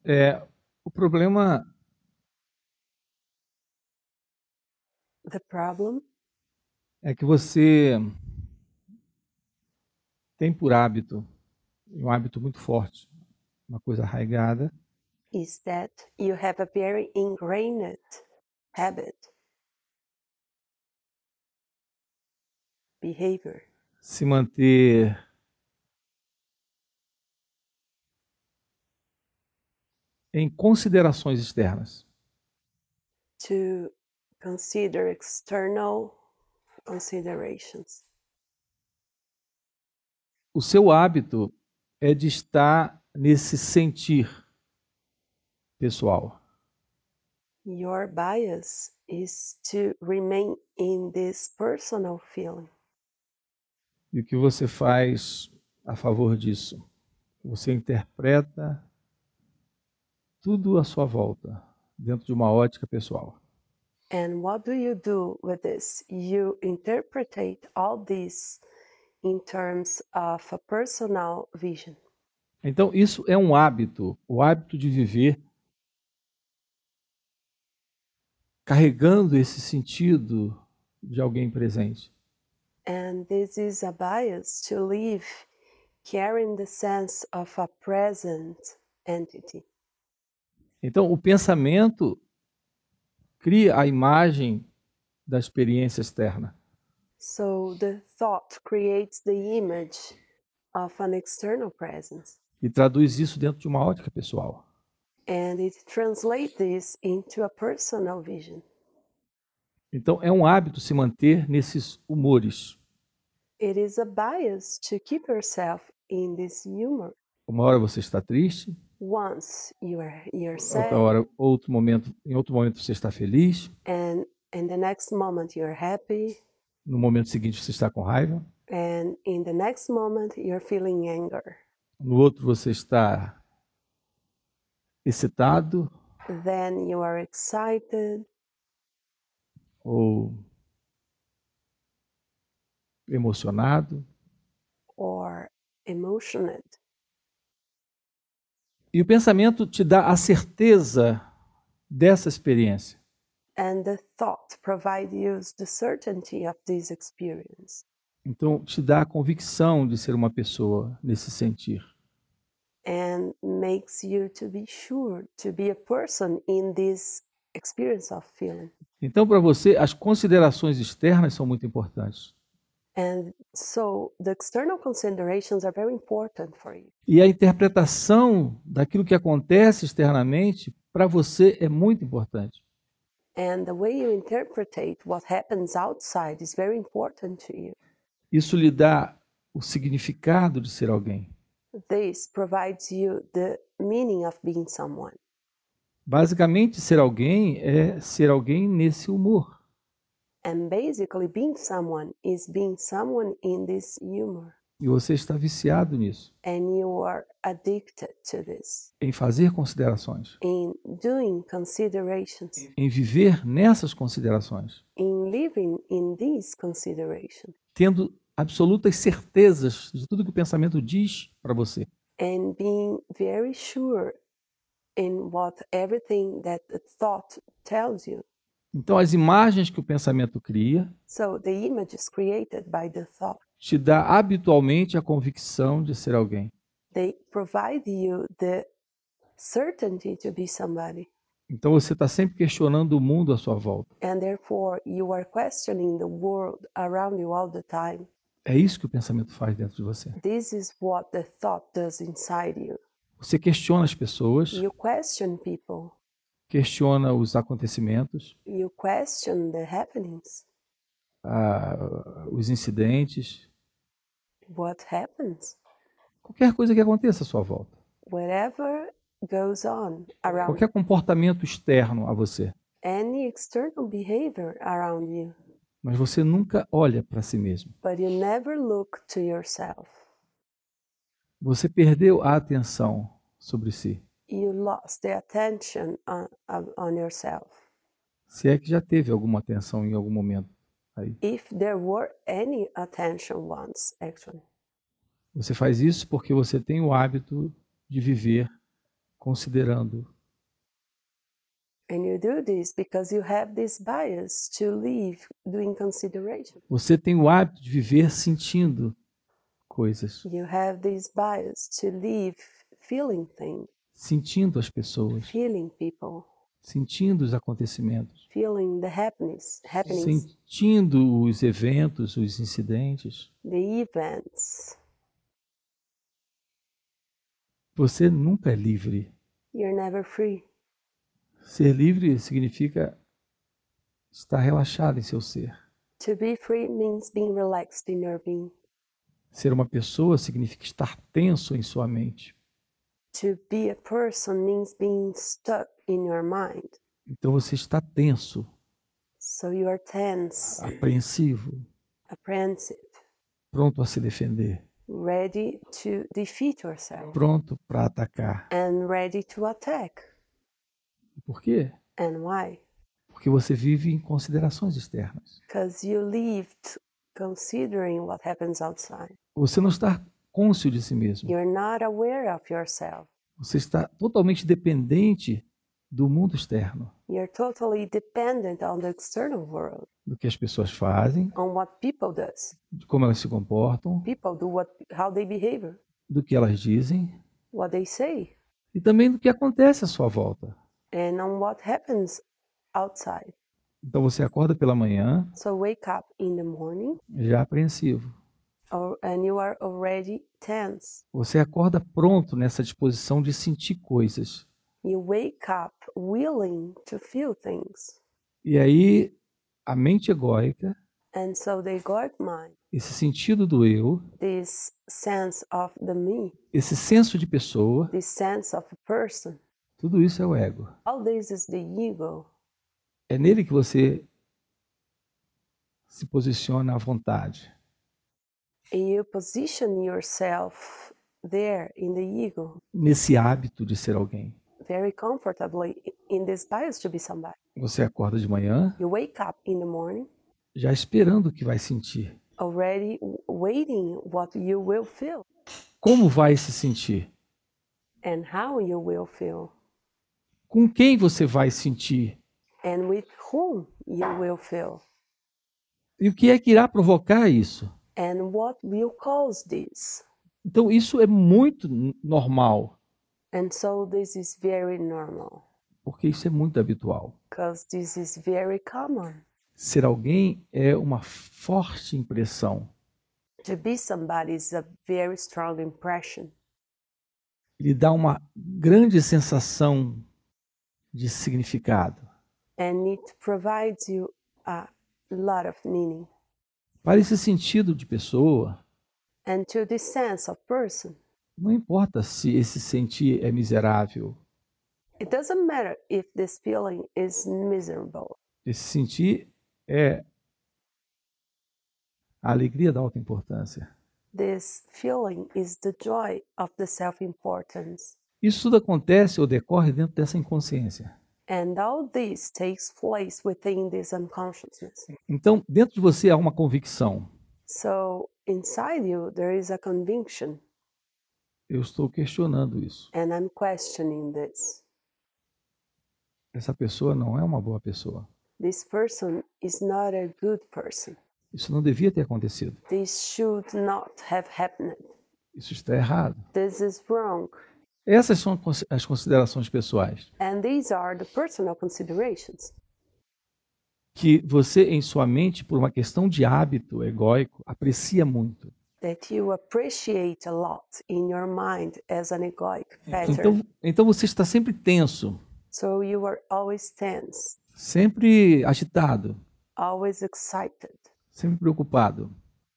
O problema The problem é que você tem por hábito, um hábito muito forte, uma coisa arraigada, is that you have a very ingrained habit, behavior, se manter em considerações externas. to consider external considerations. O seu hábito é de estar nesse sentir pessoal. Your bias is to remain in this personal feeling. E o que você faz a favor disso? Você interpreta tudo à sua volta, dentro de uma ótica pessoal. And what do you do with this? You interpret all this in terms of a personal vision. Então, isso é um hábito, o hábito de viver carregando esse sentido de alguém presente. And this is a bias to live carrying the sense of a present entity. Então, o pensamento cria a imagem da experiência externa. So the thought creates the image of an external presence. E traduz isso dentro de uma ótica pessoal. And it translates this into a personal vision. Então, é um hábito se manter nesses humores. It is a bias to keep yourself in this humor. Uma hora você está triste, Once you're outra sad, hora, em outro momento você está feliz, and in the next moment you're happy, no momento seguinte você está com raiva, and in the next moment you're feeling anger. no outro você está excitado Then you are excited ou emocionado. or emotional. E o pensamento te dá a certeza dessa experiência. And the thought provides you the certainty of this experience. Então, te dá a convicção de ser uma pessoa nesse sentir. And makes you to be sure to be a person in this experience of feeling. Então, para você, as considerações externas são muito importantes. And so the external considerations are very important for you. E a interpretação daquilo que acontece externamente, para você, é muito importante. And the way you interpret what happens outside is very important to you. Isso lhe dá o significado de ser alguém. This provides you the meaning of being someone. Basicamente, ser alguém é ser alguém nesse humor. And basically, being someone is being someone in this humor. E você está viciado nisso, And you are addicted to this, em fazer considerações, in doing considerations, em viver nessas considerações, in living in these considerations, tendo absolutas certezas de tudo que o pensamento diz para você. and being very sure in what everything that the thought tells you. Então, as imagens que o pensamento cria So the images created by the thought, te dá habitualmente a convicção de ser alguém. they provide you the certainty to be somebody. Então, você está sempre questionando o mundo à sua volta. And therefore, you are questioning the world around you all the time. É isso que o pensamento faz dentro de você. This is what the thought does inside you. Você questiona as pessoas, You question people. questiona os acontecimentos, You question the happenings. Os incidentes, What happens? qualquer coisa que aconteça à sua volta. Whatever goes on around Qualquer comportamento externo a você. any external behavior around you. Mas você nunca olha para si mesmo. But you never look to yourself. Você perdeu a atenção sobre si. You lost the attention on yourself. Se é que já teve alguma atenção em algum momento aí. If there were any attention once, actually. Você faz isso porque você tem o hábito de viver considerando. And you do this because you have this bias to live doing consideration. Você tem o hábito de viver sentindo coisas, You have this bias to live feeling things, sentindo as pessoas, feeling people, sentindo os acontecimentos, feeling the happenings, sentindo os eventos, os incidentes. the events. Você nunca é livre. You're never free. Ser livre significa estar relaxado em seu ser. To be free means being relaxed in your being. Ser uma pessoa significa estar tenso em sua mente. To be a person means being stuck in your mind. Então você está tenso, So you are tense, apreensivo, apprehensive, pronto a se defender, ready to defeat yourself, pronto para atacar. and ready to attack. Por quê? And why? Porque você vive em considerações externas. Because you lived considering what happens outside. Você não está cônscio de si mesmo. You're not aware of yourself. Você está totalmente dependente do mundo externo, You're totally dependent on the external world, do que as pessoas fazem, on what people does. de como elas se comportam, People do how they behave, do que elas dizem what they say, e também do que acontece à sua volta. and on what happens outside. Então você acorda pela manhã So wake up in the morning, já apreensivo. and you are already tense. Você acorda pronto nessa disposição de sentir coisas. You wake up willing to feel things. E aí a mente egóica, And so the egoic mind, esse sentido do eu, this sense of the me, esse senso de pessoa, this sense of a person, tudo isso é o ego. all this is the ego. É nele que você se posiciona à vontade. And you position yourself there in the ego, Nesse hábito de ser alguém. very comfortably in this bias to be somebody. Você acorda de manhã You wake up in the morning já esperando o que vai sentir. already waiting what you will feel Como vai se sentir? and how you will feel Com quem você vai sentir? and with whom you will feel E o que é que irá provocar isso? and what will cause this. Então isso é muito normal, And so this is very normal porque isso é muito habitual. because this is very common. Ser alguém é uma forte impressão. To be somebody is a very strong impression. Lhe dá uma grande sensação de significado. And it provides you a lot of meaning. Para esse sentido de pessoa, And to this sense of person, não importa se esse sentir é miserável. it doesn't matter if this feeling is miserable. Esse sentir é a alegria da autoimportância. This feeling is the joy of the self-importance. Isso tudo acontece ou decorre dentro dessa inconsciência. And all this takes place within this unconsciousness. Então, dentro de você há uma convicção. So inside you, there is a conviction, Eu estou questionando isso. and I'm questioning this. Essa pessoa não é uma boa pessoa. This person is not a good person. Isso não devia ter acontecido. This should not have happened. Isso está errado. This is wrong. Essas são as considerações pessoais And these are the personal considerations que você, em sua mente, por uma questão de hábito egóico, aprecia muito. that you appreciate a lot in your mind as an egoic pattern. Então você está sempre tenso, So you are always tense, sempre agitado, always excited. sempre preocupado.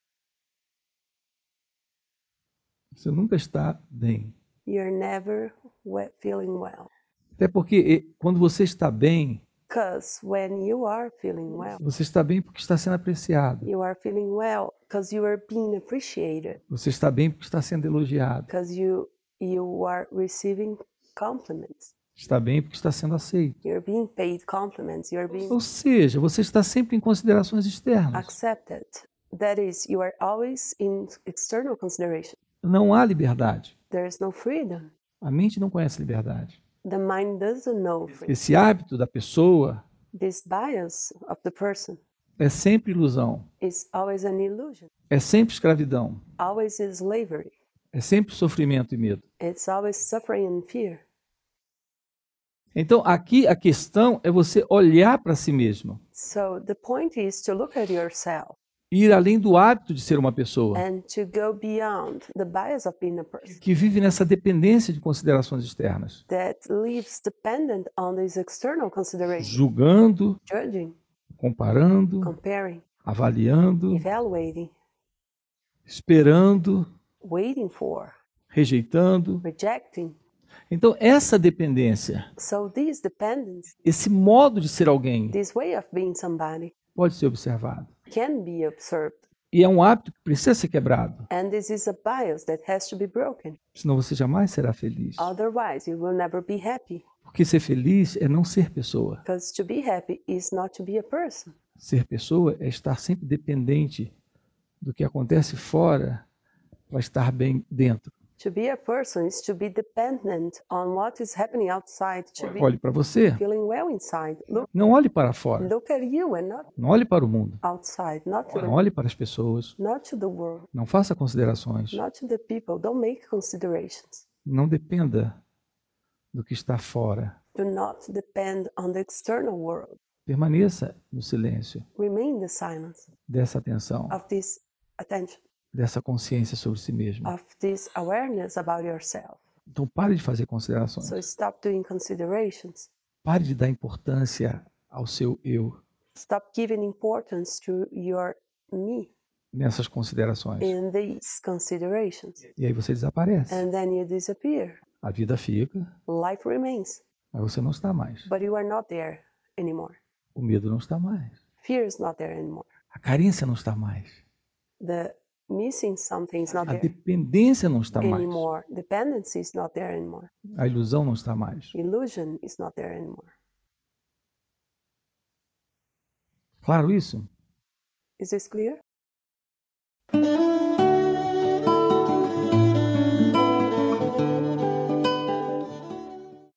Você nunca está bem. You're never feeling well. Até porque quando você está bem, Because when you are feeling well, você está bem porque está sendo apreciado. you are feeling well because you are being appreciated, Você está bem porque está sendo elogiado. because you are receiving compliments. Está bem porque está sendo aceito. You're being paid compliments. You're being Ou seja, você está sempre em considerações externas. accepted. That is, you are always in external consideration. Não há liberdade. There is no freedom. A mente não conhece liberdade. The mind doesn't know freedom. Esse hábito da pessoa This bias of the person é sempre ilusão, is always an illusion, é sempre escravidão, always is slavery. é sempre sofrimento e medo. It's always suffering and fear. Então, aqui a questão é você olhar para si mesmo, So the point is to look at yourself ir além do hábito de ser uma pessoa and to go beyond the bias of being a person que vive nessa dependência de considerações externas, that lives dependent on these external considerations, julgando, judging, comparando, comparing, avaliando, evaluating, esperando, waiting for, rejeitando. rejecting. Então, essa dependência, So this dependence, esse modo de ser alguém, this way of being somebody, pode ser observado. can be observed. E é um hábito que precisa ser quebrado, And this is a bias that has to be broken. senão você jamais será feliz. Otherwise, you will never be happy. Porque ser feliz é não ser pessoa. Because to be happy is not to be a person. Ser pessoa é estar sempre dependente do que acontece fora para estar bem dentro. To be a person is to be dependent on what is happening outside, to be Olhe para você, feeling well inside. não olhe para fora, Look at you and not não olhe para o mundo, outside, not to não the, olhe para as pessoas, not to the world, não faça considerações, not to the people. Don't make considerations. não dependa do que está fora. Do not depend on the external world. Permaneça no silêncio Remain in the silence dessa atenção, of this attention, dessa consciência sobre si mesmo. of this awareness about yourself. Então pare de fazer considerações. So stop doing considerations. Pare de dar importância ao seu eu Stop giving importance to your me nessas considerações. in these considerations. E aí você desaparece. And then you disappear. A vida fica, Life remains, mas você não está mais. but you are not there anymore. O medo não está mais. Fear is not there anymore. A carência não está mais. The missing something is not A there dependência não está mais. anymore. Dependency is not there anymore. A ilusão não está mais. Illusion is not there anymore. Claro isso? Is this clear?